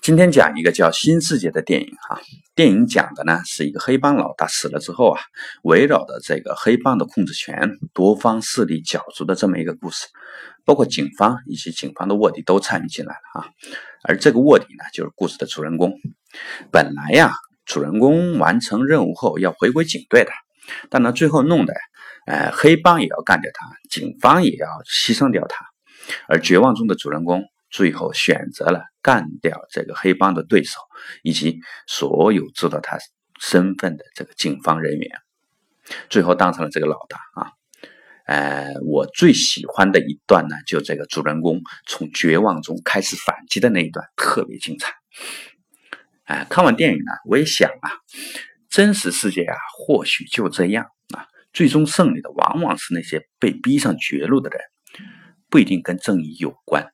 今天讲一个叫《新世界》的电影啊，电影讲的呢是一个黑帮老大死了之后啊，围绕着这个黑帮的控制权，多方势力角逐的这么一个故事，包括警方以及警方的卧底都参与进来了啊。而这个卧底呢，就是故事的主人公。本来呀，主人公完成任务后要回归警队的，但呢最后弄得黑帮也要干掉他，警方也要牺牲掉他，而绝望中的主人公最后选择了干掉这个黑帮的对手，以及所有知道他身份的这个警方人员，最后当成了这个老大啊。我最喜欢的一段呢，就这个主人公从绝望中开始反击的那一段，特别精彩。看完电影呢，我也想啊，真实世界啊，或许就这样啊，最终胜利的往往是那些被逼上绝路的人，不一定跟正义有关。